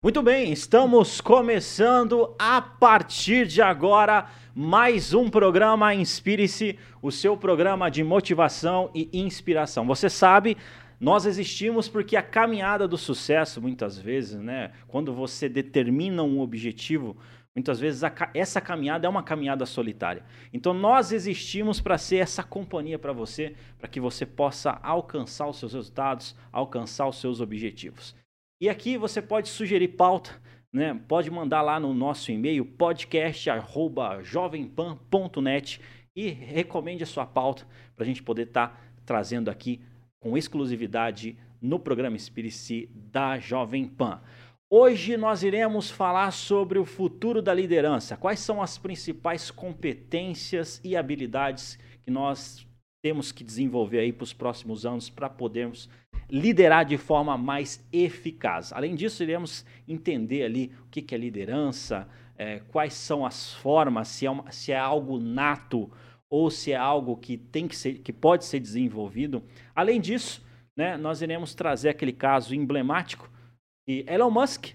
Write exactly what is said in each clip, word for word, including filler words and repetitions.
Muito bem, estamos começando a partir de agora mais um programa Inspire-se, o seu programa de motivação e inspiração. Você sabe, nós existimos porque a caminhada do sucesso, muitas vezes, né, quando você determina um objetivo, muitas vezes a, essa caminhada é uma caminhada solitária. Então nós existimos para ser essa companhia para você, para que você possa alcançar os seus resultados, alcançar os seus objetivos. E aqui você pode sugerir pauta, né? Pode mandar lá no nosso e-mail podcast arroba jovempan ponto net e recomende a sua pauta para a gente poder estar tá trazendo aqui com exclusividade no programa Inspire-se da Jovem Pan. Hoje nós iremos falar sobre o futuro da liderança. Quais são as principais competências e habilidades que nós temos que desenvolver aí para os próximos anos para podermos liderar de forma mais eficaz. Além disso, iremos entender ali o que é liderança, é, quais são as formas, se é, uma, se é algo nato ou se é algo que, tem que, ser, que pode ser desenvolvido. Além disso, né, nós iremos trazer aquele caso emblemático que Elon Musk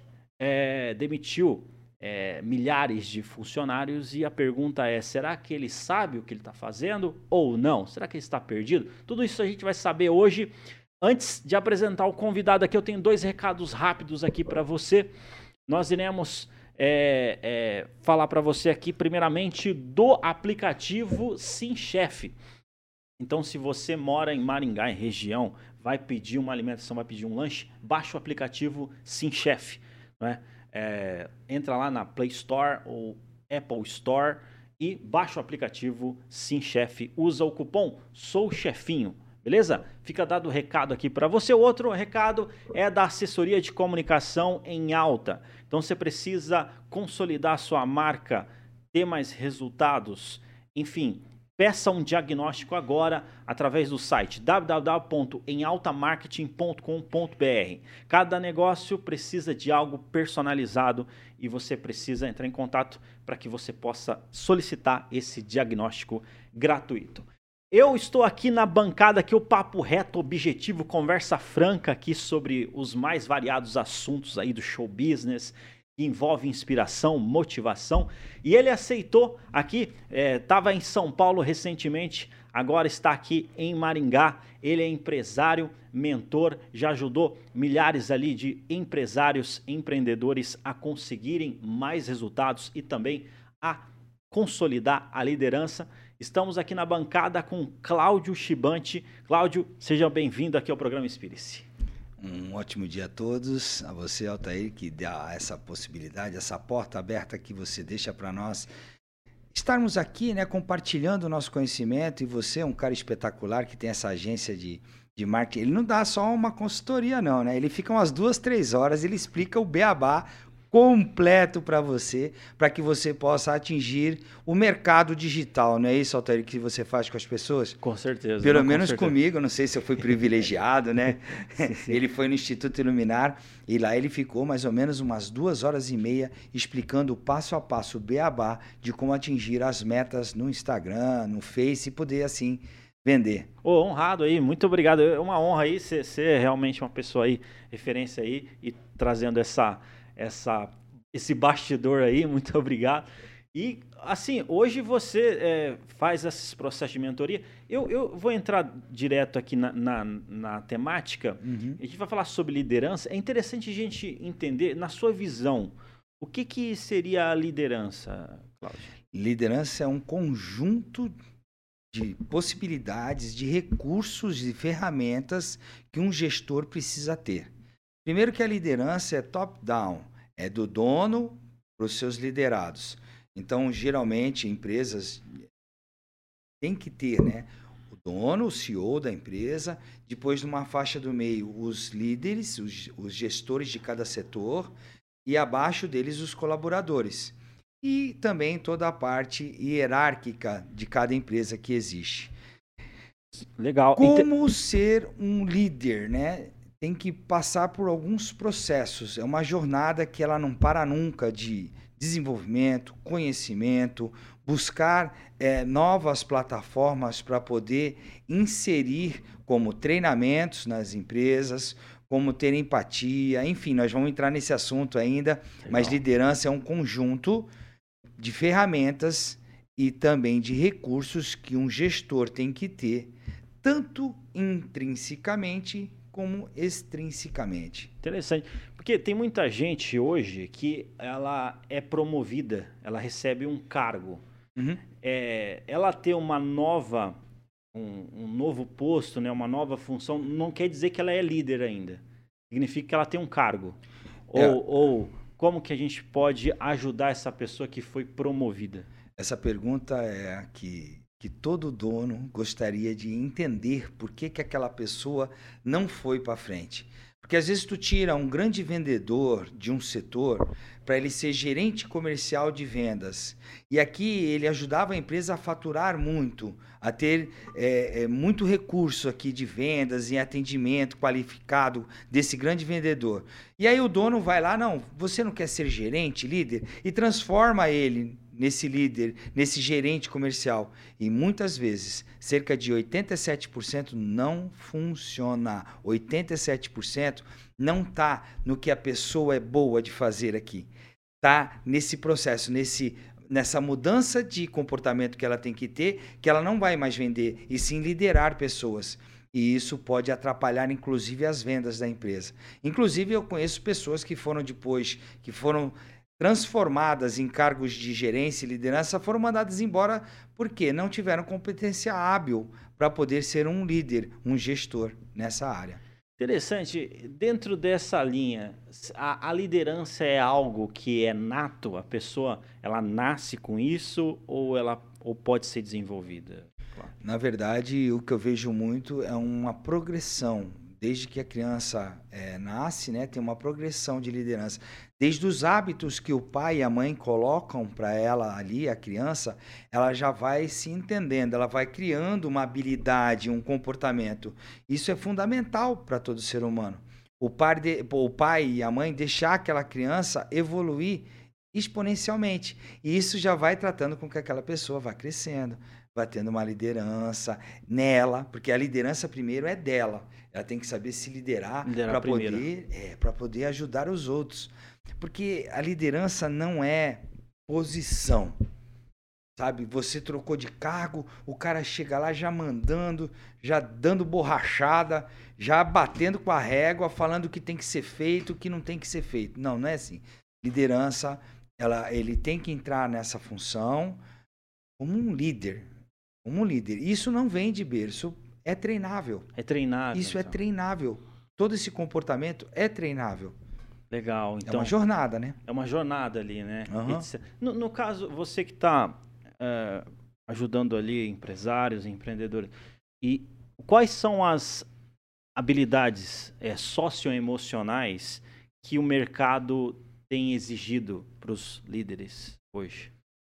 é, demitiu é, milhares de funcionários e a pergunta é, será que ele sabe o que ele está fazendo ou não? Será que ele está perdido? Tudo isso a gente vai saber hoje. Antes de apresentar o convidado aqui, eu tenho dois recados rápidos aqui para você. Nós iremos é, é, falar para você aqui, primeiramente, do aplicativo SimChef. Então, se você mora em Maringá, em região, vai pedir uma alimentação, vai pedir um lanche, baixa o aplicativo SimChef. Né? É, entra lá na Play Store ou Apple Store e baixa o aplicativo SimChef. Usa o cupom SouChefinho. Beleza? Fica dado o recado aqui para você. O outro recado é da assessoria de comunicação em alta. Então você precisa consolidar a sua marca, ter mais resultados. Enfim, peça um diagnóstico agora através do site w w w ponto em alta marketing ponto com ponto b r. Cada negócio precisa de algo personalizado e você precisa entrar em contato para que você possa solicitar esse diagnóstico gratuito. Eu estou aqui na bancada, aqui o papo reto, objetivo, conversa franca aqui sobre os mais variados assuntos aí do show business, que envolve inspiração, motivação. E ele aceitou aqui, estava é, em São Paulo recentemente, agora está aqui em Maringá. Ele é empresário, mentor, já ajudou milhares ali de empresários, empreendedores a conseguirem mais resultados e também a consolidar a liderança. Estamos aqui na bancada com Cláudio Chibante. Cláudio, seja bem-vindo aqui ao programa Inspire-se. Um ótimo dia a todos, a você, Altair, que dá essa possibilidade, essa porta aberta que você deixa para nós estarmos aqui, né, compartilhando o nosso conhecimento. E você é um cara espetacular que tem essa agência de, de marketing. Ele não dá só uma consultoria, não, né? Ele fica umas duas, três horas, ele explica o beabá completo para você, para que você possa atingir o mercado digital, não é isso, Altair, que você faz com as pessoas? Com certeza. Pelo não, menos com certeza. Comigo, não sei se eu fui privilegiado, né? Sim, sim. Ele foi no Instituto Iluminar e lá ele ficou mais ou menos umas duas horas e meia explicando passo a passo o beabá de como atingir as metas no Instagram, no Face e poder assim vender. Oh, honrado aí, muito obrigado. É uma honra aí ser, ser realmente uma pessoa aí, referência aí e trazendo essa... Essa, esse bastidor aí, muito obrigado. E, assim, hoje você é, faz esses processos de mentoria. Eu, eu vou entrar direto aqui na, na, na temática. Uhum. A gente vai falar sobre liderança. É interessante a gente entender, na sua visão, o que, que seria a liderança, Cláudio? Liderança é um conjunto de possibilidades, de recursos e ferramentas que um gestor precisa ter. Primeiro que a liderança é top-down, é do dono para os seus liderados. Então, geralmente, empresas têm que ter, né, o dono, o C E O da empresa, depois, numa faixa do meio, os líderes, os, os gestores de cada setor e abaixo deles os colaboradores. E também toda a parte hierárquica de cada empresa que existe. Legal. Como Ent... ser um líder, né? Tem que passar por alguns processos. É uma jornada que ela não para nunca de desenvolvimento, conhecimento, buscar é, novas plataformas para poder inserir como treinamentos nas empresas, como ter empatia, enfim, nós vamos entrar nesse assunto ainda, Legal. mas liderança é um conjunto de ferramentas e também de recursos que um gestor tem que ter, tanto intrinsecamente como extrinsecamente. Interessante, porque tem muita gente hoje que ela é promovida, ela recebe um cargo. Uhum. É, ela ter uma nova, um, um novo posto, né, uma nova função, não quer dizer que ela é líder ainda. Significa que ela tem um cargo. Ou, É. ou como que a gente pode ajudar essa pessoa que foi promovida? Essa pergunta é a que, que todo dono gostaria de entender por que, que aquela pessoa não foi para frente. Porque às vezes tu tira um grande vendedor de um setor para ele ser gerente comercial de vendas. E aqui ele ajudava a empresa a faturar muito, a ter é, é, muito recurso aqui de vendas e atendimento qualificado desse grande vendedor. E aí o dono vai lá, não, você não quer ser gerente, líder? E transforma ele nesse líder, nesse gerente comercial. E muitas vezes, cerca de oitenta e sete por cento não funciona. oitenta e sete por cento não está no que a pessoa é boa de fazer aqui. Está nesse processo, nesse, nessa mudança de comportamento que ela tem que ter, que ela não vai mais vender, e sim liderar pessoas. E isso pode atrapalhar, inclusive, as vendas da empresa. Inclusive, eu conheço pessoas que foram depois, que foram transformadas em cargos de gerência e liderança, foram mandadas embora porque não tiveram competência hábil para poder ser um líder, um gestor nessa área. Interessante, dentro dessa linha, a, a liderança é algo que é nato, a pessoa ela nasce com isso ou ela ou pode ser desenvolvida? Claro. Na verdade, o que eu vejo muito é uma progressão. Desde que a criança é, nasce, né, tem uma progressão de liderança. Desde os hábitos que o pai e a mãe colocam para ela ali, a criança, ela já vai se entendendo, ela vai criando uma habilidade, um comportamento. Isso é fundamental para todo ser humano. O pai, de, o pai e a mãe deixar aquela criança evoluir exponencialmente. E isso já vai tratando com que aquela pessoa vá crescendo, vai tendo uma liderança nela, porque a liderança primeiro é dela. Ela tem que saber se liderar para poder, é, para poder ajudar os outros. Porque a liderança não é posição. Sabe? Você trocou de cargo, o cara chega lá já mandando, já dando borrachada, já batendo com a régua, falando o que tem que ser feito, o que não tem que ser feito. Não, não é assim. Liderança, ela, ele tem que entrar nessa função como um líder. Como um líder. Isso não vem de berço, é treinável. É treinável. Isso então. é treinável. Todo esse comportamento é treinável. Legal. Então, é uma jornada, né? É uma jornada ali, né? Uhum. No, no caso, você que está é, ajudando ali empresários, empreendedores, e quais são as habilidades é, socioemocionais que o mercado tem exigido para os líderes hoje?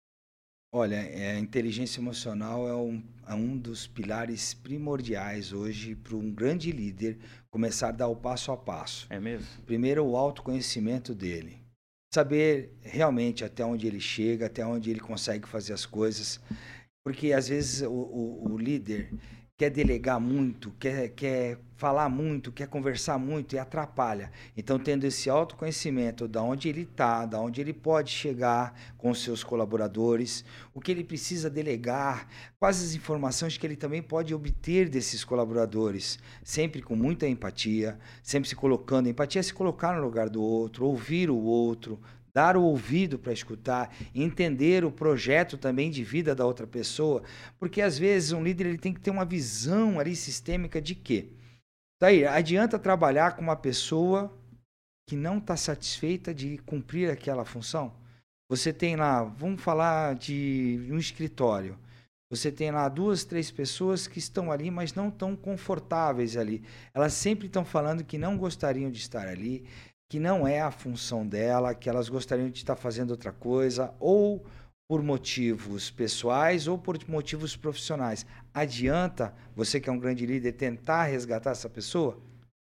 Olha, a inteligência emocional é um, é um dos pilares primordiais hoje para um grande líder começar a dar o passo a passo. É mesmo? Primeiro, o autoconhecimento dele. Saber realmente até onde ele chega, até onde ele consegue fazer as coisas. Porque, às vezes, o, o, o líder quer delegar muito, quer, quer falar muito, quer conversar muito e atrapalha. Então, tendo esse autoconhecimento de onde ele está, de onde ele pode chegar com os seus colaboradores, o que ele precisa delegar, quais as informações que ele também pode obter desses colaboradores, sempre com muita empatia, sempre se colocando, empatia é se colocar no lugar do outro, ouvir o outro, dar o ouvido para escutar, entender o projeto também de vida da outra pessoa, porque às vezes um líder ele tem que ter uma visão ali sistêmica de quê? Daí, adianta trabalhar com uma pessoa que não está satisfeita de cumprir aquela função? Você tem lá, vamos falar de um escritório, você tem lá duas, três pessoas que estão ali, mas não estão confortáveis ali. Elas sempre estão falando que não gostariam de estar ali, que não é a função dela, que elas gostariam de estar fazendo outra coisa, ou por motivos pessoais ou por motivos profissionais. Adianta você, que é um grande líder, tentar resgatar essa pessoa?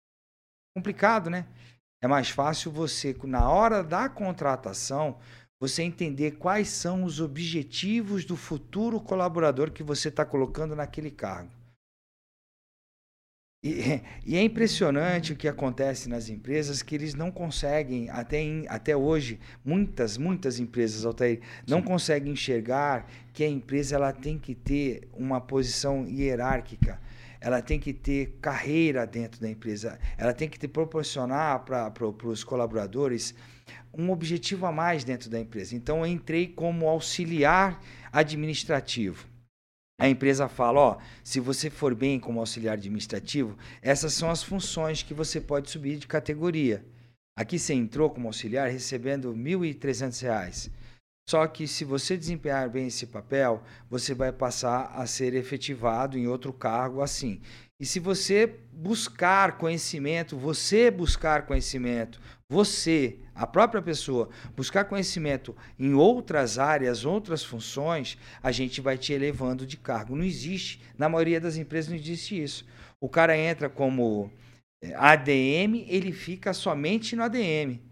Complicado, né? É mais fácil você, na hora da contratação, você entender quais são os objetivos do futuro colaborador que você está colocando naquele cargo. E, e é impressionante o que acontece nas empresas, que eles não conseguem, até, em, até hoje, muitas, muitas empresas, Altair, não Sim. conseguem enxergar que a empresa ela tem que ter uma posição hierárquica, ela tem que ter carreira dentro da empresa, ela tem que ter, proporcionar para os colaboradores um objetivo a mais dentro da empresa. Então, eu entrei como auxiliar administrativo. A empresa fala, ó, se você for bem como auxiliar administrativo, essas são as funções que você pode subir de categoria. Aqui você entrou como auxiliar recebendo mil e trezentos reais. Só que se você desempenhar bem esse papel, você vai passar a ser efetivado em outro cargo assim. E se você buscar conhecimento, você buscar conhecimento, você, a própria pessoa, buscar conhecimento em outras áreas, outras funções, a gente vai te elevando de cargo. Não existe, na maioria das empresas não existe isso. O cara entra como A D M, ele fica somente no A D M.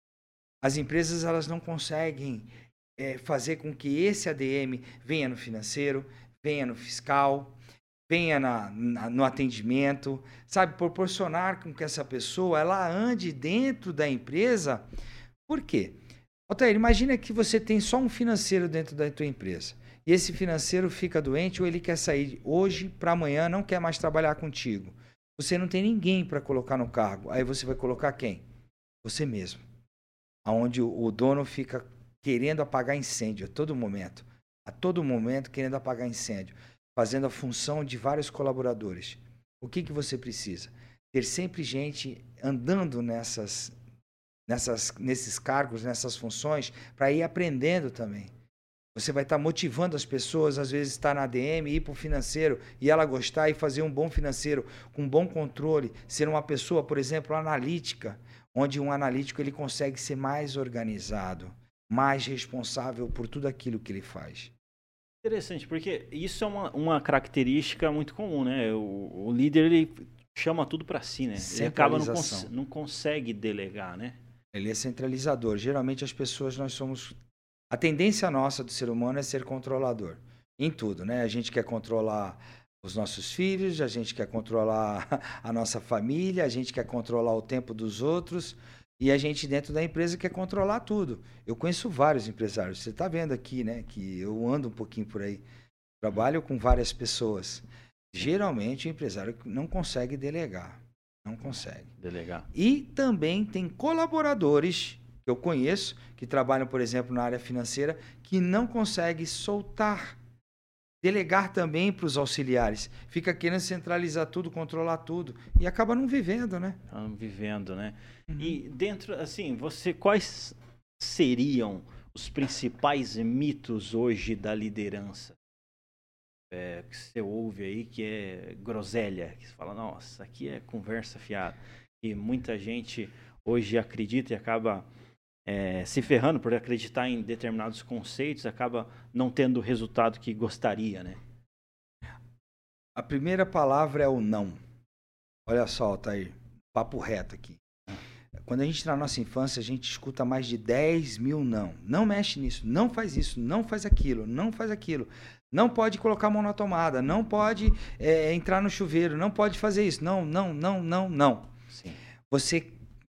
As empresas elas não conseguem é, fazer com que esse A D M venha no financeiro, venha no fiscal, venha na, na, no atendimento, sabe? Proporcionar com que essa pessoa ela ande dentro da empresa. Por quê? Altair, imagina que você tem só um financeiro dentro da tua empresa. E esse financeiro fica doente ou ele quer sair hoje para amanhã, não quer mais trabalhar contigo. Você não tem ninguém para colocar no cargo. Aí você vai colocar quem? Você mesmo. Onde o, o dono fica querendo apagar incêndio a todo momento. A todo momento querendo apagar incêndio. Fazendo a função de vários colaboradores. O que, que você precisa? Ter sempre gente andando nessas, nessas, nesses cargos, nessas funções, para ir aprendendo também. Você vai estar motivando as pessoas, às vezes estar na A D M, ir para o financeiro e ela gostar e fazer um bom financeiro, com um bom controle, ser uma pessoa, por exemplo, analítica, onde um analítico ele consegue ser mais organizado, mais responsável por tudo aquilo que ele faz. Interessante, porque isso é uma, uma característica muito comum, né? O, o líder, ele chama tudo para si, né? Ele acaba não, cons não consegue delegar, né? Ele é centralizador. Geralmente as pessoas, nós somos... A tendência nossa do ser humano é ser controlador. Em tudo, né? A gente quer controlar os nossos filhos, a gente quer controlar a nossa família, a gente quer controlar o tempo dos outros... E a gente dentro da empresa quer controlar tudo. Eu conheço vários empresários. Você está vendo aqui, né? Que eu ando um pouquinho por aí. Trabalho com várias pessoas. Geralmente o empresário não consegue delegar. Não consegue. Delegar. E também tem colaboradores que eu conheço, que trabalham, por exemplo, na área financeira, que não conseguem soltar. Delegar também para os auxiliares. Fica querendo centralizar tudo, controlar tudo. E acaba não vivendo, né? Não vivendo, né? Uhum. E dentro, assim, você quais seriam os principais mitos hoje da liderança? É, que você ouve aí que é groselha, que você fala, nossa, aqui é conversa fiada. E muita gente hoje acredita e acaba é, se ferrando por acreditar em determinados conceitos, acaba não tendo o resultado que gostaria, né? A primeira palavra é o não. Olha só, Altair, papo reto aqui. Quando a gente na nossa infância, a gente escuta mais de dez mil não. Não mexe nisso, não faz isso, não faz aquilo, não faz aquilo. Não pode colocar a mão na tomada, não pode é, entrar no chuveiro, não pode fazer isso. Não, não, não, não, não. Sim. Você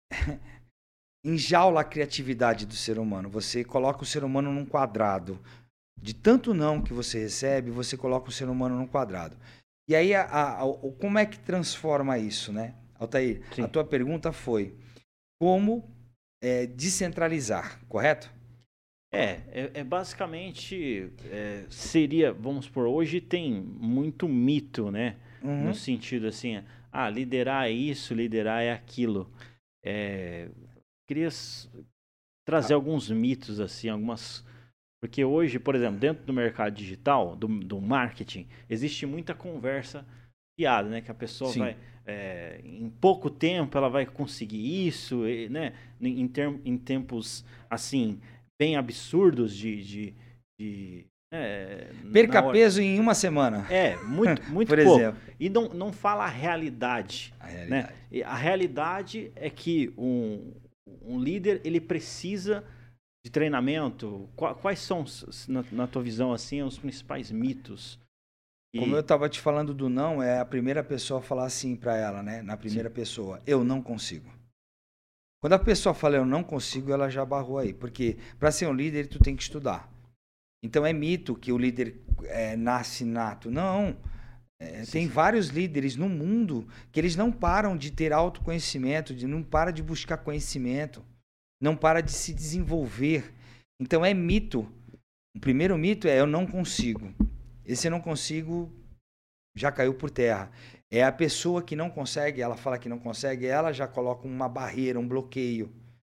enjaula a criatividade do ser humano. Você coloca o ser humano num quadrado. De tanto não que você recebe, você coloca o ser humano num quadrado. E aí, a, a, a, como é que transforma isso, né? Altair, Sim. A tua pergunta foi como é, descentralizar, correto? É, é, é basicamente, é, seria, vamos supor, hoje tem muito mito, né? Uhum. No sentido assim, ah, liderar é isso, liderar é aquilo. É, queria trazer ah. alguns mitos, assim, algumas... Porque hoje, por exemplo, dentro do mercado digital, do, do marketing, existe muita conversa fiada, né? Que a pessoa Sim. vai, é, em pouco tempo, ela vai conseguir isso, né? Em, term, em tempos, assim, bem absurdos de... de, de é, Perca hora... peso em uma semana. É, muito, muito por pouco. Exemplo. E não, não fala a realidade. A realidade. Né? E a realidade é que um, um líder, ele precisa... de treinamento, quais são, na, na tua visão, assim, os principais mitos E... Como eu estava te falando do não, é a primeira pessoa a falar assim para ela, né? Na primeira Sim. pessoa, eu não consigo. Quando a pessoa fala eu não consigo, ela já barrou aí. Porque para ser um líder, tu tem que estudar. Então é mito que o líder é, nasce nato. Não. É, tem sim. vários líderes no mundo que eles não param de ter autoconhecimento, de não param de buscar conhecimento, não para de se desenvolver. Então é mito. O primeiro mito é eu não consigo. Esse eu não consigo já caiu por terra. É a pessoa que não consegue, ela fala que não consegue, ela já coloca uma barreira, um bloqueio.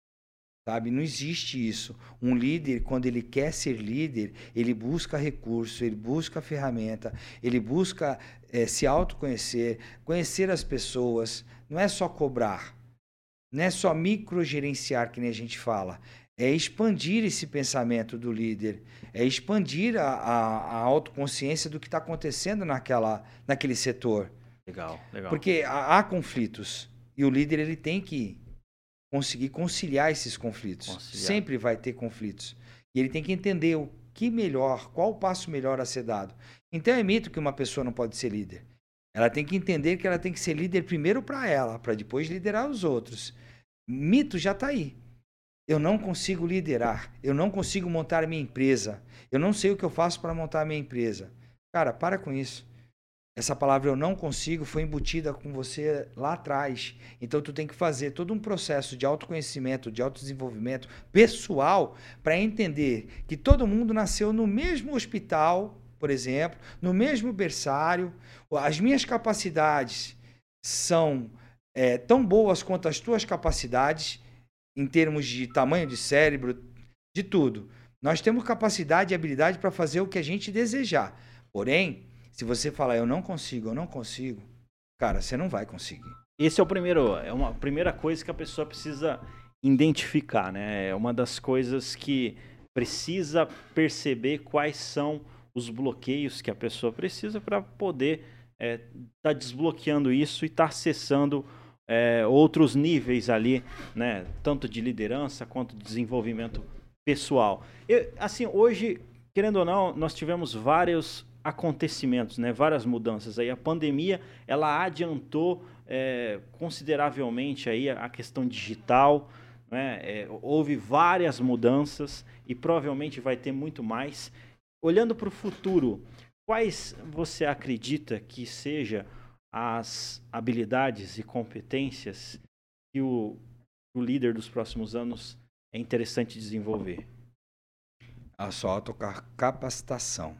Sabe? Não existe isso. Um líder, quando ele quer ser líder, ele busca recurso, ele busca ferramenta, ele busca é, se autoconhecer, conhecer as pessoas. Não é só cobrar, não é só microgerenciar, que nem a gente fala. É expandir esse pensamento do líder, é expandir a, a, a autoconsciência do que está acontecendo naquela, naquele setor. Legal, legal. Porque há, há conflitos e o líder ele tem que conseguir conciliar esses conflitos. Conciliar. Sempre vai ter conflitos. E ele tem que entender o que melhor, qual o passo melhor a ser dado. Então é mito que uma pessoa não pode ser líder. Ela tem que entender que ela tem que ser líder primeiro para ela, para depois liderar os outros. Mito já está aí. Eu não consigo liderar. Eu não consigo montar a minha empresa. Eu não sei o que eu faço para montar a minha empresa. Cara, para com isso. Essa palavra eu não consigo foi embutida com você lá atrás. Então, tu tem que fazer todo um processo de autoconhecimento, de autodesenvolvimento pessoal para entender que todo mundo nasceu no mesmo hospital, por exemplo, no mesmo berçário. As minhas capacidades são é, tão boas quanto as tuas capacidades em termos de tamanho de cérebro, de tudo. Nós temos capacidade e habilidade para fazer o que a gente desejar. Porém, se você falar, eu não consigo, eu não consigo, cara, você não vai conseguir. Esse é o primeiro, é uma primeira coisa que a pessoa precisa identificar, né? É uma das coisas que precisa perceber quais são os bloqueios que a pessoa precisa para poder estar é, tá desbloqueando isso e estar tá acessando é, outros níveis ali, né? Tanto de liderança quanto de desenvolvimento pessoal. Eu, assim, hoje, querendo ou não, nós tivemos vários acontecimentos, né? Várias mudanças aí. A pandemia, ela adiantou é, consideravelmente aí a questão digital, né? É, houve várias mudanças e provavelmente vai ter muito mais. Olhando para o futuro, quais você acredita que seja as habilidades e competências que o, o líder dos próximos anos é interessante desenvolver? A sua autocapacitação.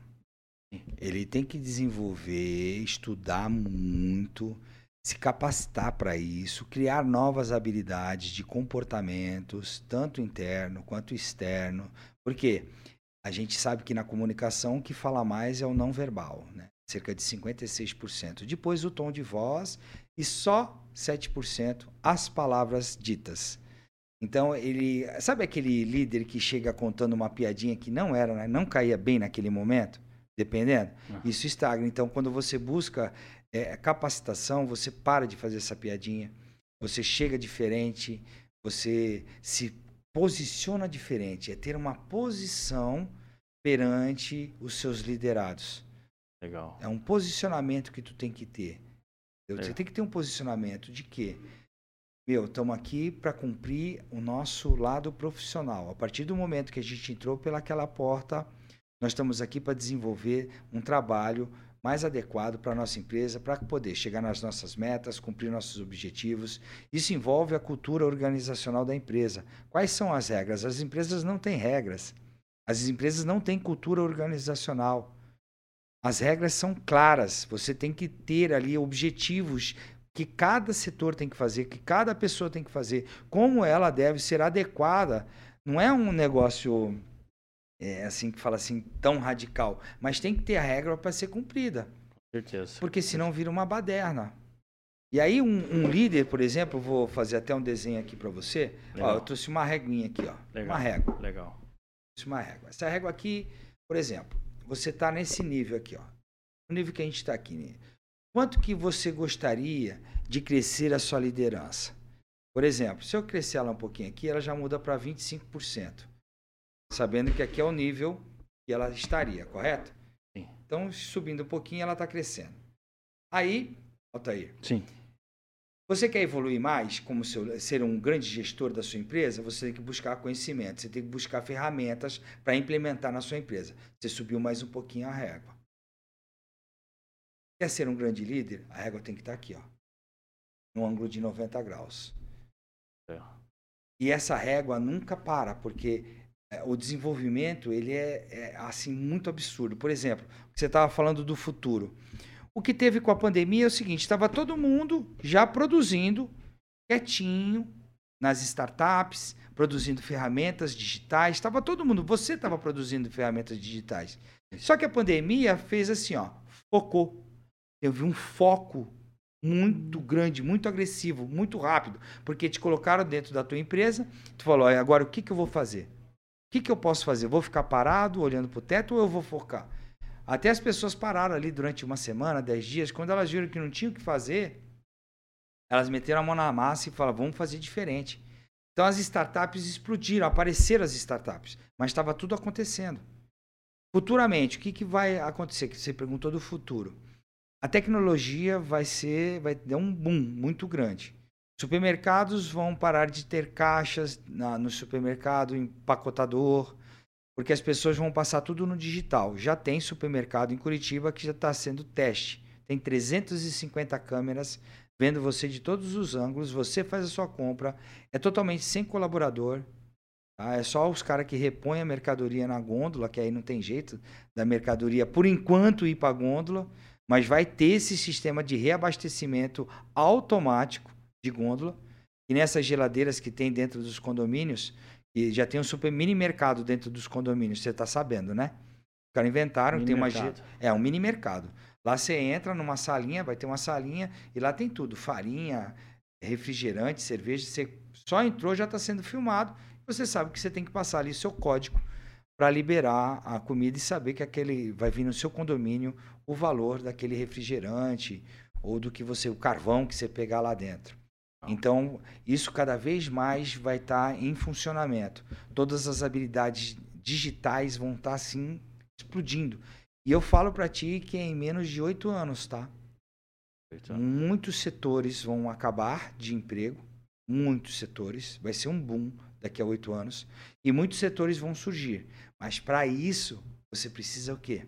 Ele tem que desenvolver, estudar muito, se capacitar para isso, criar novas habilidades de comportamentos, tanto interno quanto externo. Porque a gente sabe que na comunicação o que fala mais é o não verbal, né? Cerca de cinquenta e seis por cento. Depois o tom de voz e só sete por cento as palavras ditas. Então, ele... Sabe aquele líder que chega contando uma piadinha que não era, né? Não caía bem naquele momento? Dependendo, uhum. Isso estagna. Então, quando você busca é, capacitação, você para de fazer essa piadinha, você chega diferente, você se posiciona diferente. É ter uma posição perante os seus liderados. Legal. É um posicionamento que tu tem que ter. Você é. tem que ter um posicionamento de quê? Meu, estamos aqui para cumprir o nosso lado profissional. A partir do momento que a gente entrou pelaquela porta, nós estamos aqui para desenvolver um trabalho mais adequado para a nossa empresa, para poder chegar nas nossas metas, cumprir nossos objetivos. Isso envolve a cultura organizacional da empresa. Quais são as regras? As empresas não têm regras. As empresas não têm cultura organizacional. As regras são claras. Você tem que ter ali objetivos que cada setor tem que fazer, que cada pessoa tem que fazer, como ela deve ser adequada. Não é um negócio... É assim que fala assim, tão radical. Mas tem que ter a regra para ser cumprida. Com certeza. Porque senão vira uma baderna. E aí um, um líder, por exemplo, vou fazer até um desenho aqui para você. Ó, eu trouxe uma reguinha aqui, ó. Legal. Uma régua. Legal. Trouxe uma régua. Essa régua aqui, por exemplo, você está nesse nível aqui, ó. O nível que a gente está aqui. Né? Quanto que você gostaria de crescer a sua liderança? Por exemplo, se eu crescer ela um pouquinho aqui, ela já muda para vinte e cinco por cento. Sabendo que aqui é o nível que ela estaria, correto? Sim. Então, Então, subindo um pouquinho, ela está crescendo. Aí, Altair, Sim. você quer evoluir mais, como seu, ser um grande gestor da sua empresa, você tem que buscar conhecimento, você tem que buscar ferramentas para implementar na sua empresa. Você subiu mais um pouquinho a régua. Quer ser um grande líder? A régua tem que estar aqui, ó, no ângulo de noventa graus. É. E essa régua nunca para, porque o desenvolvimento ele é, é assim muito absurdo. Por exemplo, você estava falando do futuro. O que teve com a pandemia é o seguinte, estava todo mundo já produzindo quietinho nas startups, produzindo ferramentas digitais, estava todo mundo, você estava produzindo ferramentas digitais. Só que a pandemia fez assim, ó, focou. Teve um foco muito grande, muito agressivo, muito rápido, porque te colocaram dentro da tua empresa, tu falou, agora o que, que eu vou fazer? O que, que eu posso fazer? Vou ficar parado, olhando para o teto ou eu vou focar? Até as pessoas pararam ali durante uma semana, dez dias, quando elas viram que não tinham o que fazer, elas meteram a mão na massa e falaram, vamos fazer diferente. Então as startups explodiram, apareceram as startups, mas estava tudo acontecendo. Futuramente, o que, que vai acontecer? Que você perguntou do futuro. A tecnologia vai ser, vai dar um boom muito grande. Supermercados vão parar de ter caixas na, no supermercado, empacotador, porque as pessoas vão passar tudo no digital. Já tem supermercado em Curitiba que já está sendo teste. Tem trezentas e cinquenta câmeras vendo você de todos os ângulos, você faz a sua compra, é totalmente sem colaborador. Tá? É só os caras que repõem a mercadoria na gôndola, que aí não tem jeito da mercadoria, por enquanto, ir para a gôndola. Mas vai ter esse sistema de reabastecimento automático de gôndola. E nessas geladeiras que tem dentro dos condomínios, e já tem um super mini mercado dentro dos condomínios, você está sabendo, né? Os caras inventaram, Mini tem uma mercado. é um mini mercado. Lá você entra numa salinha, vai ter uma salinha e lá tem tudo, farinha, refrigerante, cerveja. Você só entrou, já está sendo filmado. Você sabe que você tem que passar ali seu código para liberar a comida e saber que aquele vai vir no seu condomínio o valor daquele refrigerante ou do que você, o carvão que você pegar lá dentro. Então, isso cada vez mais vai estar em funcionamento. Todas as habilidades digitais vão estar assim explodindo. E eu falo para ti que é em menos de oito anos, tá? Então. Muitos setores vão acabar de emprego, muitos setores, vai ser um boom daqui a oito anos, e muitos setores vão surgir. Mas para isso, você precisa o quê?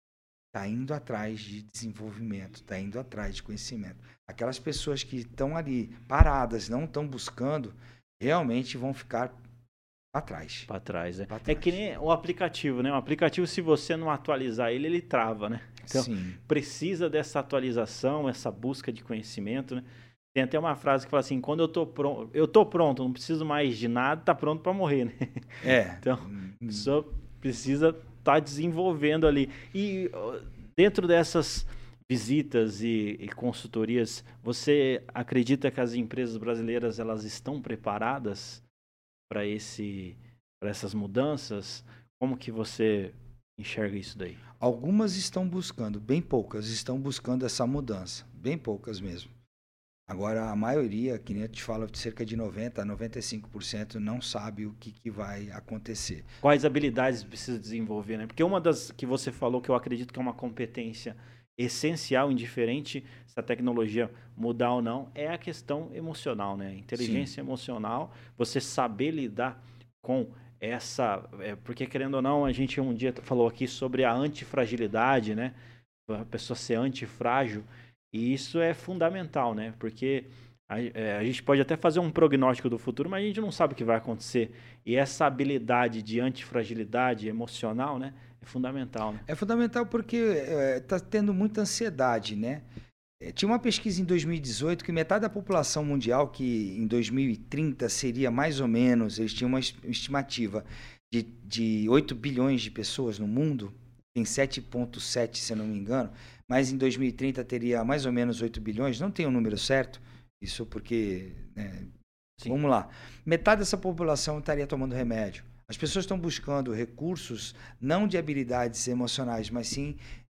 Tá indo atrás de desenvolvimento, tá indo atrás de conhecimento. Aquelas pessoas que estão ali paradas, não estão buscando, realmente vão ficar para trás. Para trás, né? Pra trás. É que nem o aplicativo, né? O aplicativo, se você não atualizar ele, ele trava, né? Então, Sim. Precisa dessa atualização, essa busca de conhecimento, né? Tem até uma frase que fala assim, quando eu tô pronto, eu tô pronto, não preciso mais de nada, tá pronto para morrer, né? É. Então, a pessoa precisa estar tá desenvolvendo ali. E dentro dessas visitas e, e consultorias, você acredita que as empresas brasileiras elas estão preparadas para esse, para essas mudanças? Como que você enxerga isso daí? Algumas estão buscando, bem poucas estão buscando essa mudança, bem poucas mesmo. Agora, a maioria, que nem eu te falo, cerca de noventa a noventa e cinco por cento não sabe o que, que vai acontecer. Quais habilidades precisa desenvolver, né? Porque uma das que você falou, que eu acredito que é uma competência essencial, indiferente se a tecnologia mudar ou não, é a questão emocional, né? Inteligência Sim. emocional, você saber lidar com essa... É, porque, querendo ou não, a gente um dia falou aqui sobre a antifragilidade, né? A pessoa ser antifrágil. E isso é fundamental, né? Porque a, é, a gente pode até fazer um prognóstico do futuro, mas a gente não sabe o que vai acontecer. E essa habilidade de antifragilidade emocional, né? É fundamental, né? É fundamental porque está é, tendo muita ansiedade, né? É, tinha uma pesquisa em dois mil e dezoito que metade da população mundial, que em dois mil e trinta seria mais ou menos, eles tinham uma estimativa de, de oito bilhões de pessoas no mundo, tem sete vírgula sete, se eu não me engano, mas em dois mil e trinta teria mais ou menos oito bilhões, não tem o um número certo, isso porque, né, vamos lá, metade dessa população estaria tomando remédio. As pessoas estão buscando recursos, não de habilidades emocionais, mas sim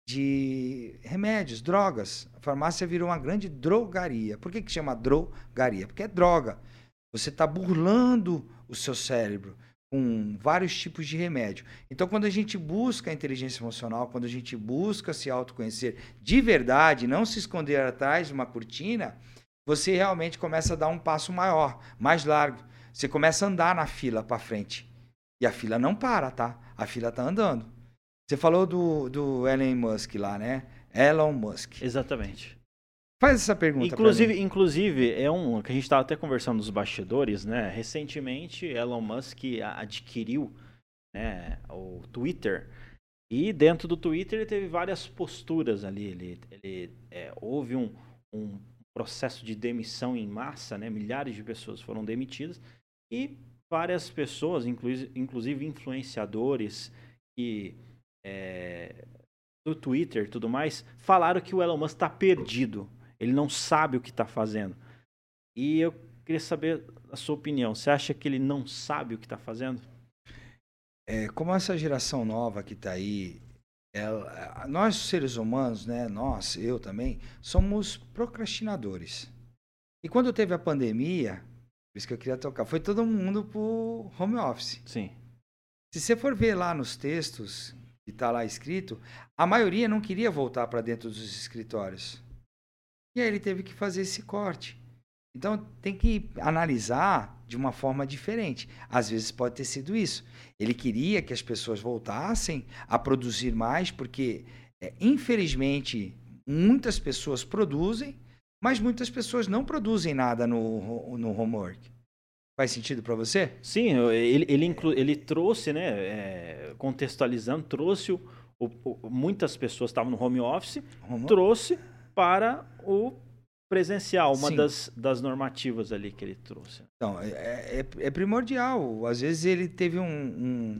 de remédios, drogas. A farmácia virou uma grande drogaria. Por que que chama drogaria? Porque é droga. Você está burlando o seu cérebro com vários tipos de remédio. Então, quando a gente busca a inteligência emocional, quando a gente busca se autoconhecer de verdade, não se esconder atrás de uma cortina, você realmente começa a dar um passo maior, mais largo. Você começa a andar na fila para frente. E a fila não para, tá? A fila tá andando. Você falou do, do Elon Musk lá, né? Elon Musk. Exatamente. Faz essa pergunta. Inclusive, inclusive é um que a gente estava até conversando nos bastidores, né? Recentemente, Elon Musk adquiriu, né, o Twitter, e dentro do Twitter ele teve várias posturas ali. Ele, ele é, houve um, um processo de demissão em massa, né? Milhares de pessoas foram demitidas e várias pessoas, inclusive, inclusive influenciadores e é, do Twitter e tudo mais, falaram que o Elon Musk está perdido. Ele não sabe o que está fazendo. E eu queria saber a sua opinião. Você acha que ele não sabe o que está fazendo? É, como essa geração nova que está aí, ela, nós seres humanos, né, nós, eu também, somos procrastinadores. E quando teve a pandemia, por isso que eu queria tocar, foi todo mundo para o home office. Sim. Se você for ver lá nos textos que está lá escrito, a maioria não queria voltar para dentro dos escritórios. E aí ele teve que fazer esse corte. Então tem que analisar de uma forma diferente. Às vezes pode ter sido isso. Ele queria que as pessoas voltassem a produzir mais, porque, é, infelizmente, muitas pessoas produzem, mas muitas pessoas não produzem nada no, no homework. Faz sentido para você? Sim, ele, ele, inclu, ele trouxe, né, é, contextualizando, trouxe o, o, muitas pessoas estavam no home office, home trouxe para o presencial, uma das, das normativas ali que ele trouxe. Então, é, é, é primordial. Às vezes ele teve um, um,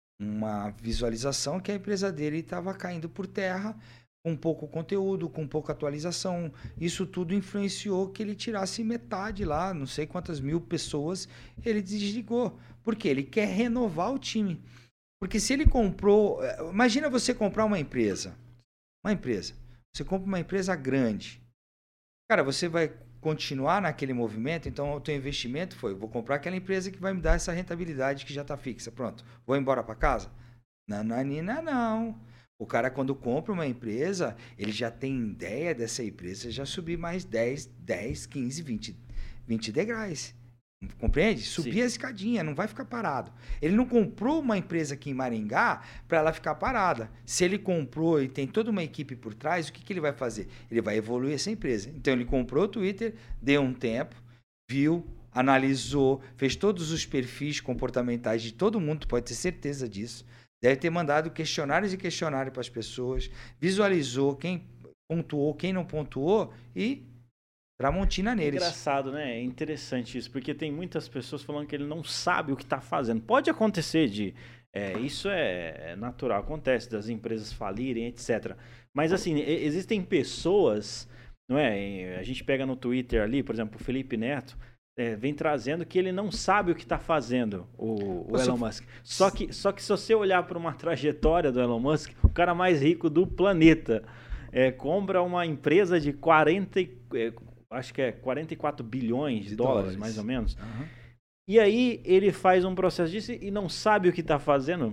uma visualização que a empresa dele estava caindo por terra, com pouco conteúdo, com pouca atualização. Isso tudo influenciou que ele tirasse metade lá, não sei quantas mil pessoas, ele desligou. Por quê? Ele quer renovar o time. Porque se ele comprou... Imagina você comprar uma empresa. Uma empresa. Você compra uma empresa grande. Cara, você vai continuar naquele movimento, então o teu investimento foi, vou comprar aquela empresa que vai me dar essa rentabilidade que já está fixa. Pronto. Vou embora para casa? Não, não, não, não. O cara, quando compra uma empresa, ele já tem ideia dessa empresa já subir mais dez, dez, quinze, vinte, vinte degraus. Compreende? Subir Sim. a escadinha, não vai ficar parado. Ele não comprou uma empresa aqui em Maringá para ela ficar parada. Se ele comprou e tem toda uma equipe por trás, o que, que ele vai fazer? Ele vai evoluir essa empresa. Então, ele comprou o Twitter, deu um tempo, viu, analisou, fez todos os perfis comportamentais de todo mundo, pode ter certeza disso. Deve ter mandado questionários e questionários para as pessoas, visualizou quem pontuou, quem não pontuou e tramontina neles. É engraçado, né? É interessante isso, porque tem muitas pessoas falando que ele não sabe o que está fazendo. Pode acontecer de... É, isso é natural, acontece das empresas falirem, etcétera. Mas, assim, existem pessoas, não é? A gente pega no Twitter ali, por exemplo, o Felipe Neto, é, vem trazendo que ele não sabe o que está fazendo, o, o Elon Musk. Só que, só que se você olhar para uma trajetória do Elon Musk, o cara mais rico do planeta é, compra uma empresa de quarenta, é, acho que é quarenta e quatro bilhões de, de dólares, dólares, mais ou menos. Uhum. E aí ele faz um processo disso e não sabe o que está fazendo.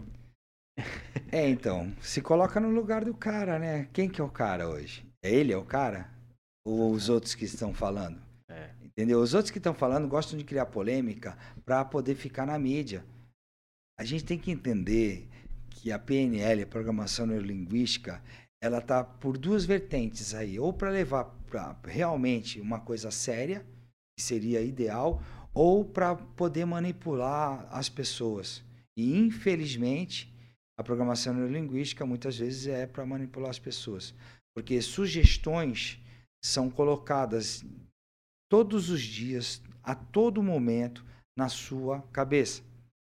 É, então, se coloca no lugar do cara, né? Quem que é o cara hoje? É ele, é o cara? Ou os outros que estão falando? É. Entendeu? Os outros que estão falando gostam de criar polêmica para poder ficar na mídia. A gente tem que entender que a P N L, a Programação Neurolinguística, ela tá por duas vertentes aí. Ou para levar para realmente uma coisa séria, que seria ideal, ou para poder manipular as pessoas. E, infelizmente, a Programação Neurolinguística muitas vezes é para manipular as pessoas. Porque sugestões são colocadas todos os dias, a todo momento, na sua cabeça.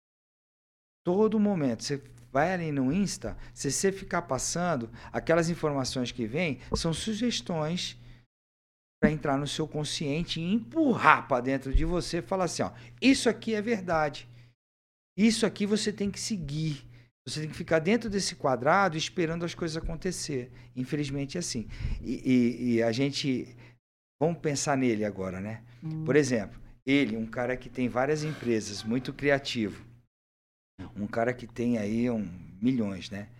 Todo momento. Você vai ali no Insta, se você ficar passando, aquelas informações que vêm são sugestões para entrar no seu consciente e empurrar para dentro de você e falar assim, ó, isso aqui é verdade. Isso aqui você tem que seguir. Você tem que ficar dentro desse quadrado esperando as coisas acontecer. Infelizmente é assim. E, e, e a gente... Vamos pensar nele agora, né? Hum. Por exemplo, ele, um cara que tem várias empresas, muito criativo. Um cara que tem aí um, milhões, né?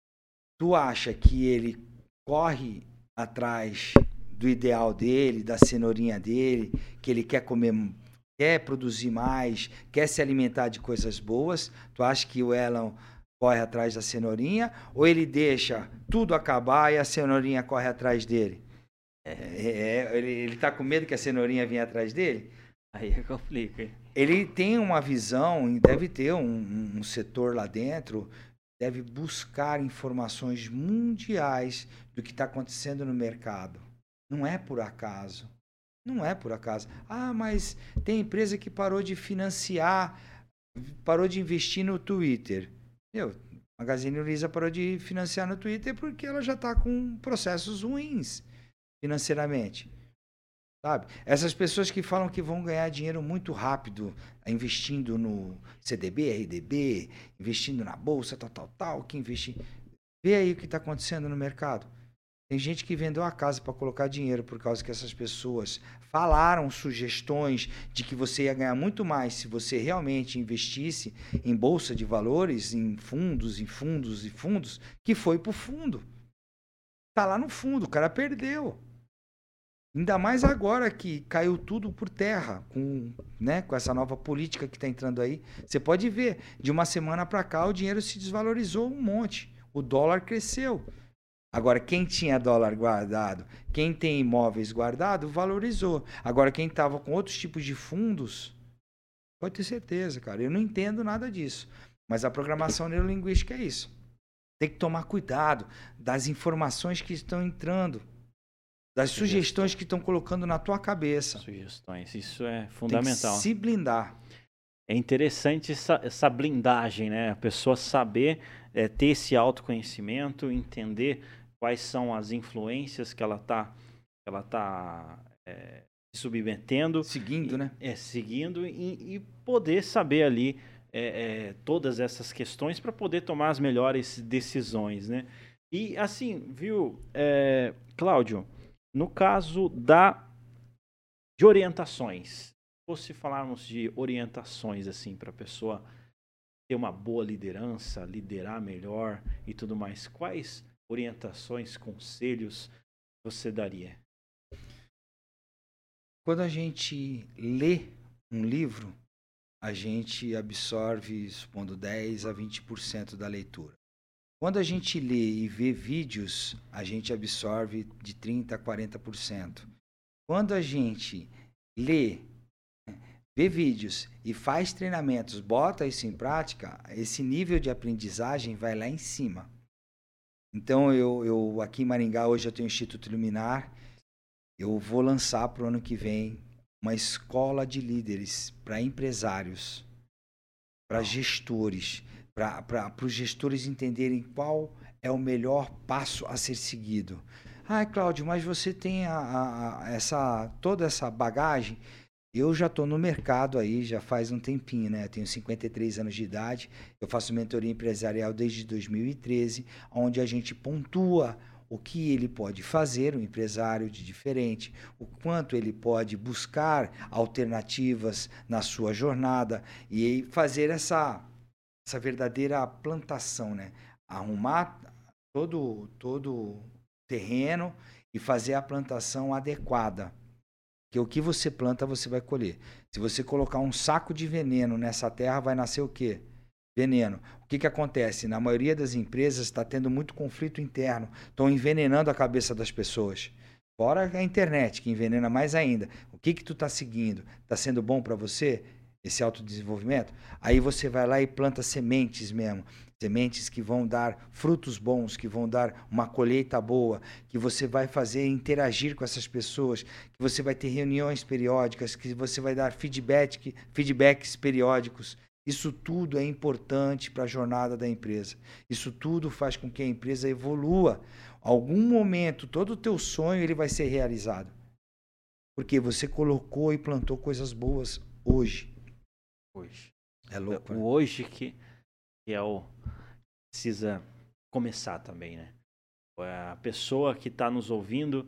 Tu acha que ele corre atrás do ideal dele, da cenourinha dele, que ele quer comer, quer produzir mais, quer se alimentar de coisas boas? Tu acha que o Elon corre atrás da cenourinha ou ele deixa tudo acabar e a cenourinha corre atrás dele? É, é, ele, ele tá com medo que a cenourinha venha atrás dele? Aí é complica. Ele tem uma visão, deve ter um, um setor lá dentro, deve buscar informações mundiais do que está acontecendo no mercado. Não é por acaso. Não é por acaso. Ah, mas tem empresa que parou de financiar, parou de investir no Twitter. Meu, a Magazine Luiza parou de financiar no Twitter porque ela já está com processos ruins financeiramente. Sabe? Essas pessoas que falam que vão ganhar dinheiro muito rápido investindo no C D B, R D B, investindo na bolsa, tal, tal, tal, que investe... Vê aí o que está acontecendo no mercado. Tem gente que vendeu a casa para colocar dinheiro por causa que essas pessoas falaram sugestões de que você ia ganhar muito mais se você realmente investisse em bolsa de valores, em fundos, em fundos e fundos, que foi para o fundo. Está lá no fundo, o cara perdeu. Ainda mais agora que caiu tudo por terra, com, né, com essa nova política que está entrando aí. Você pode ver, de uma semana para cá o dinheiro se desvalorizou um monte. O dólar cresceu. Agora, quem tinha dólar guardado, quem tem imóveis guardado, valorizou. Agora, quem estava com outros tipos de fundos, pode ter certeza, cara. Eu não entendo nada disso. Mas a programação neurolinguística é isso. Tem que tomar cuidado das informações que estão entrando. Das sugestões que estão colocando na tua cabeça. Sugestões, isso é fundamental. Tem que se blindar. É interessante essa, essa blindagem, né? A pessoa saber é, ter esse autoconhecimento, entender quais são as influências que ela está ela tá, é, submetendo. Seguindo, e, né? É, seguindo e, e poder saber ali é, é, todas essas questões para poder tomar as melhores decisões, né? E assim, viu, é, Cláudio, no caso da, de orientações, se falarmos de orientações assim para a pessoa ter uma boa liderança, liderar melhor e tudo mais, quais orientações, conselhos você daria? Quando a gente lê um livro, a gente absorve, supondo, dez a vinte por cento da leitura. Quando a gente lê e vê vídeos, a gente absorve de trinta a quarenta por cento. Quando a gente lê, vê vídeos e faz treinamentos, bota isso em prática, esse nível de aprendizagem vai lá em cima. Então, eu, eu aqui em Maringá, hoje eu tenho o Instituto Luminar, eu vou lançar para o ano que vem uma escola de líderes para empresários, para gestores, para os gestores entenderem qual é o melhor passo a ser seguido. Ah, Cláudio, mas você tem a, a, a, essa, toda essa bagagem? Eu já estou no mercado aí, já faz um tempinho, né? Eu tenho cinquenta e três anos de idade, eu faço mentoria empresarial desde dois mil e treze, onde a gente pontua o que ele pode fazer, um empresário de diferente, o quanto ele pode buscar alternativas na sua jornada e fazer essa, essa verdadeira plantação, né? Arrumar todo todo terreno e fazer a plantação adequada. Porque o que você planta, você vai colher. Se você colocar um saco de veneno nessa terra, vai nascer o quê? Veneno. O que, que acontece? Na maioria das empresas está tendo muito conflito interno. Estão envenenando a cabeça das pessoas. Fora a internet, que envenena mais ainda. O que, que tu está seguindo? Está sendo bom para você? Esse autodesenvolvimento? Aí você vai lá e planta sementes mesmo. Sementes que vão dar frutos bons, que vão dar uma colheita boa, que você vai fazer interagir com essas pessoas, que você vai ter reuniões periódicas, que você vai dar feedback, feedbacks periódicos. Isso tudo é importante para a jornada da empresa. Isso tudo faz com que a empresa evolua. Algum momento, todo o teu sonho ele vai ser realizado. Porque você colocou e plantou coisas boas hoje. Hoje. É louco, o né? Hoje que, que é o precisa começar também, né? A pessoa que está nos ouvindo,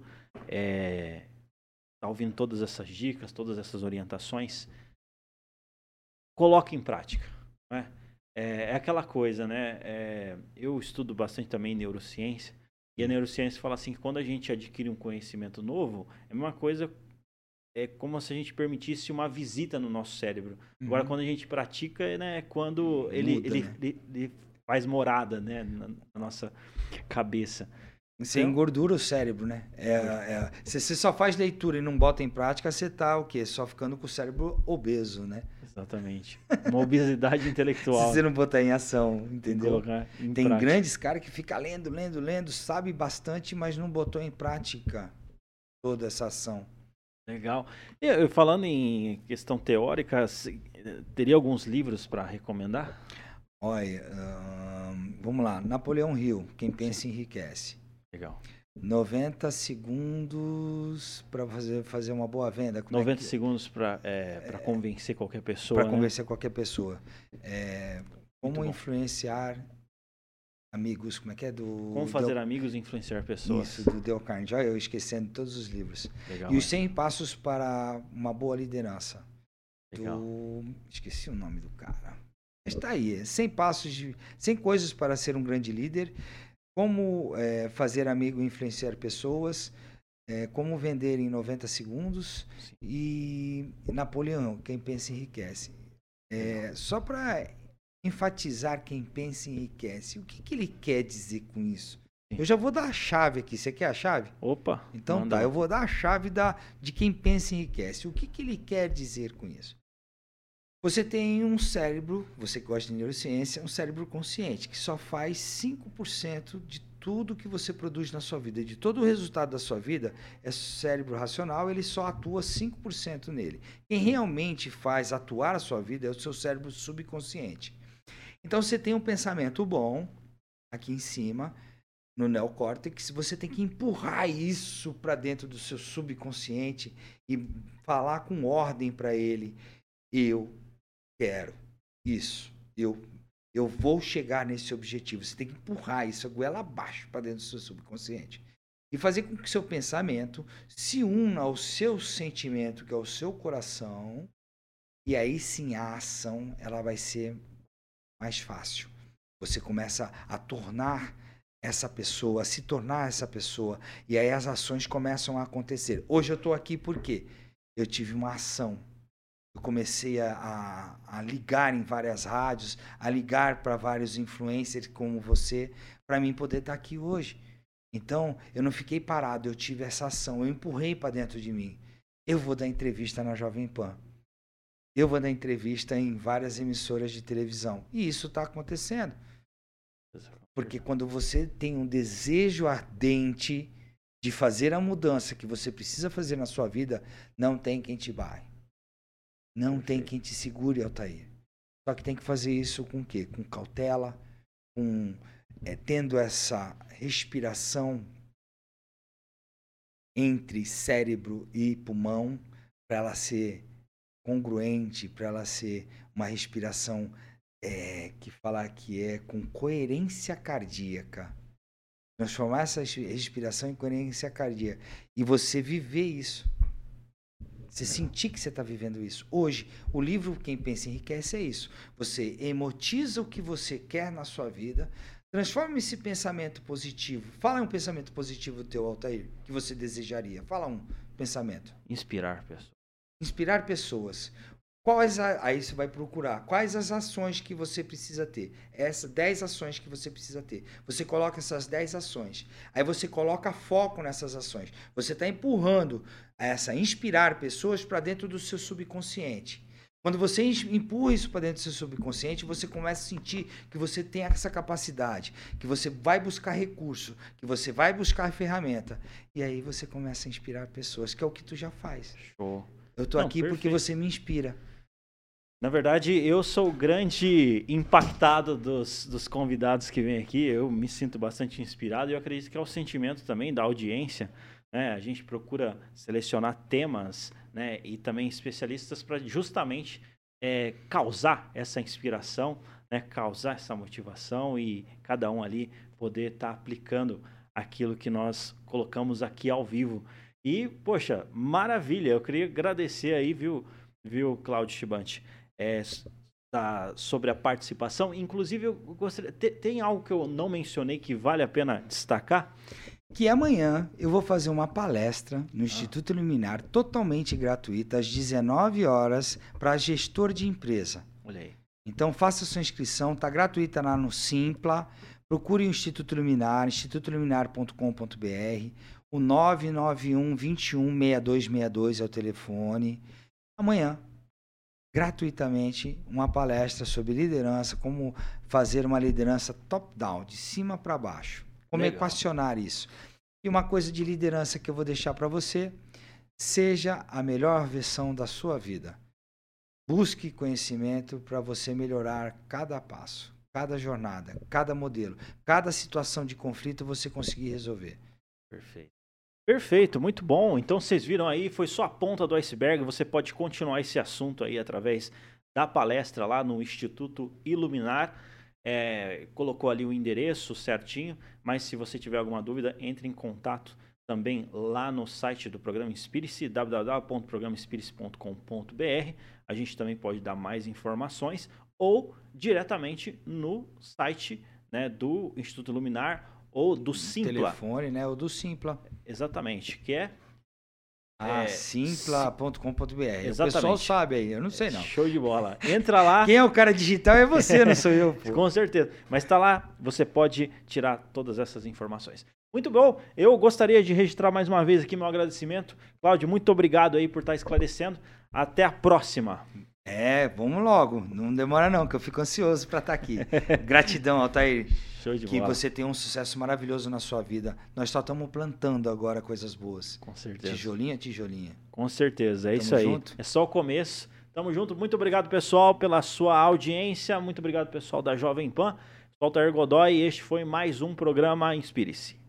é, tá ouvindo todas essas dicas, todas essas orientações, coloque em prática, né? é, é aquela coisa, né? É, eu estudo bastante também neurociência, e a neurociência fala assim que quando a gente adquire um conhecimento novo, é uma coisa, é como se a gente permitisse uma visita no nosso cérebro. Uhum. Agora, quando a gente pratica, né, é quando ele, Muda, ele, né? ele, ele faz morada, né, na, na nossa cabeça. Você Então, engordura o cérebro, né? É, é, se você só faz leitura e não bota em prática, você tá o quê? Só ficando com o cérebro obeso, né? Exatamente. Uma obesidade intelectual. Se você não botar em ação, entendeu? Em Tem prática. grandes caras que ficam lendo, lendo, lendo, sabe bastante, mas não botou em prática toda essa ação. Legal. E eu, falando em questão teórica, teria alguns livros para recomendar? Olha, hum, vamos lá. Napoleão Hill, Quem Pensa Enriquece. Legal. noventa segundos para fazer, fazer uma boa venda. Como noventa é que... segundos para é, é, convencer qualquer pessoa. Para né? convencer qualquer pessoa. É, como influenciar amigos, como é que é? Do Como fazer Del... amigos e influenciar pessoas. Isso, do Dale Carnegie. Olha, eu esquecendo todos os livros. Legal, e os é. cem passos para uma boa liderança. Legal. Do... Esqueci o nome do cara. Está aí, cem passos, de... cem coisas para ser um grande líder. Como é, fazer amigo e influenciar pessoas, é, como vender em noventa segundos. Sim. E Napoleão, Quem Pensa Enriquece. É, só para enfatizar Quem Pensa Enriquece, o que, que ele quer dizer com isso? Sim. Eu já vou dar a chave aqui, você quer a chave? Opa! Então manda. Tá, eu vou dar a chave da, de Quem Pensa Enriquece. O que, que ele quer dizer com isso? Você tem um cérebro, você que gosta de neurociência, um cérebro consciente, que só faz cinco por cento de tudo que você produz na sua vida. De todo o resultado da sua vida, é cérebro racional, ele só atua cinco por cento nele. Quem realmente faz atuar a sua vida é o seu cérebro subconsciente. Então, você tem um pensamento bom, aqui em cima, no neocórtex, você tem que empurrar isso para dentro do seu subconsciente e falar com ordem para ele. Eu quero isso, eu, eu vou chegar nesse objetivo. Você tem que empurrar isso a goela abaixo para dentro do seu subconsciente e fazer com que o seu pensamento se una ao seu sentimento, que é o seu coração, e aí sim a ação ela vai ser mais fácil. Você começa a tornar essa pessoa, a se tornar essa pessoa, e aí as ações começam a acontecer. Hoje eu estou aqui porque eu tive uma ação. Eu comecei a, a, a ligar em várias rádios, a ligar para vários influencers como você, para mim poder estar aqui hoje. Então, eu não fiquei parado, eu tive essa ação, eu empurrei para dentro de mim. Eu vou dar entrevista na Jovem Pan. Eu vou dar entrevista em várias emissoras de televisão. E isso está acontecendo. Porque quando você tem um desejo ardente de fazer a mudança que você precisa fazer na sua vida, não tem quem te barre. Não Perfeito. Tem quem te segure, Altair. Só que tem que fazer isso com o quê? Com cautela, com, é, tendo essa respiração entre cérebro e pulmão, para ela ser congruente, para ela ser uma respiração é, que falar que é com coerência cardíaca. Transformar essa respiração em coerência cardíaca. E você viver isso. Você sentir que você está vivendo isso. Hoje, o livro Quem Pensa Enriquece é isso. Você emotiza o que você quer na sua vida, transforma esse pensamento positivo. Fala um pensamento positivo do teu, Altair, que você desejaria. Fala um pensamento. Inspirar pessoas. Inspirar pessoas. Quais a... Aí você vai procurar. Quais as ações que você precisa ter? Essas dez ações que você precisa ter. Você coloca essas dez ações. Aí você coloca foco nessas ações. Você está empurrando essa inspirar pessoas para dentro do seu subconsciente. Quando você empurra isso para dentro do seu subconsciente, você começa a sentir que você tem essa capacidade, que você vai buscar recurso, que você vai buscar ferramenta. E aí você começa a inspirar pessoas, que é o que tu já faz. Show. Eu tô Não, aqui perfeito. Porque você me inspira. Na verdade, eu sou o grande impactado dos, dos convidados que vêm aqui. Eu me sinto bastante inspirado e eu acredito que é o sentimento também da audiência. Né? A gente procura selecionar temas, né, e também especialistas para justamente é, causar essa inspiração, né, causar essa motivação e cada um ali poder estar tá aplicando aquilo que nós colocamos aqui ao vivo. E, poxa, maravilha! Eu queria agradecer aí, viu, viu Cláudio Chibante? É, da, sobre a participação. Inclusive, eu gostaria, tem, tem algo que eu não mencionei que vale a pena destacar? Que amanhã eu vou fazer uma palestra no Instituto Luminar, totalmente gratuita, às dezenove horas, para gestor de empresa. Olha aí. Então, faça sua inscrição, está gratuita lá no Simpla. Procure o Instituto Luminar, instituto luminar ponto com ponto b r. O nove nove um, vinte e um, sessenta e dois sessenta e dois é o telefone. Amanhã, gratuitamente, uma palestra sobre liderança, como fazer uma liderança top-down, de cima para baixo. Como Legal. equacionar isso. E uma coisa de liderança que eu vou deixar para você, seja a melhor versão da sua vida. Busque conhecimento para você melhorar cada passo, cada jornada, cada modelo, cada situação de conflito você conseguir resolver. Perfeito. Perfeito, muito bom. Então vocês viram aí, foi só a ponta do iceberg. Você pode continuar esse assunto aí através da palestra lá no Instituto Iluminar. É, colocou ali o endereço certinho, mas se você tiver alguma dúvida, entre em contato também lá no site do Programa Inspire-se, w w w ponto programa inspire-se ponto com ponto b r. A gente também pode dar mais informações ou diretamente no site, né, do Instituto Luminar ou do Simpla. Telefone, né? Ou do Simpla. Exatamente, que é... Ah, é simpla ponto com ponto b r. Exatamente. O pessoal sabe aí, eu não sei não. Show de bola. Entra lá. Quem é o cara digital é você, não sou eu. Pô. Com certeza. Mas tá lá, você pode tirar todas essas informações. Muito bom. Eu gostaria de registrar mais uma vez aqui meu agradecimento. Cláudio, muito obrigado aí por estar esclarecendo. Até a próxima. É, vamos logo. Não demora não, que eu fico ansioso para estar aqui. Gratidão, Altair. Show de que bola. você tenha um sucesso maravilhoso na sua vida. Nós só estamos plantando agora coisas boas. Com certeza. Tijolinho a tijolinho. Com certeza, é Tamo isso aí. junto. É só o começo. Tamo junto. Muito obrigado, pessoal, pela sua audiência. Muito obrigado, pessoal da Jovem Pan. Sou Altair Godoy e este foi mais um programa Inspire-se.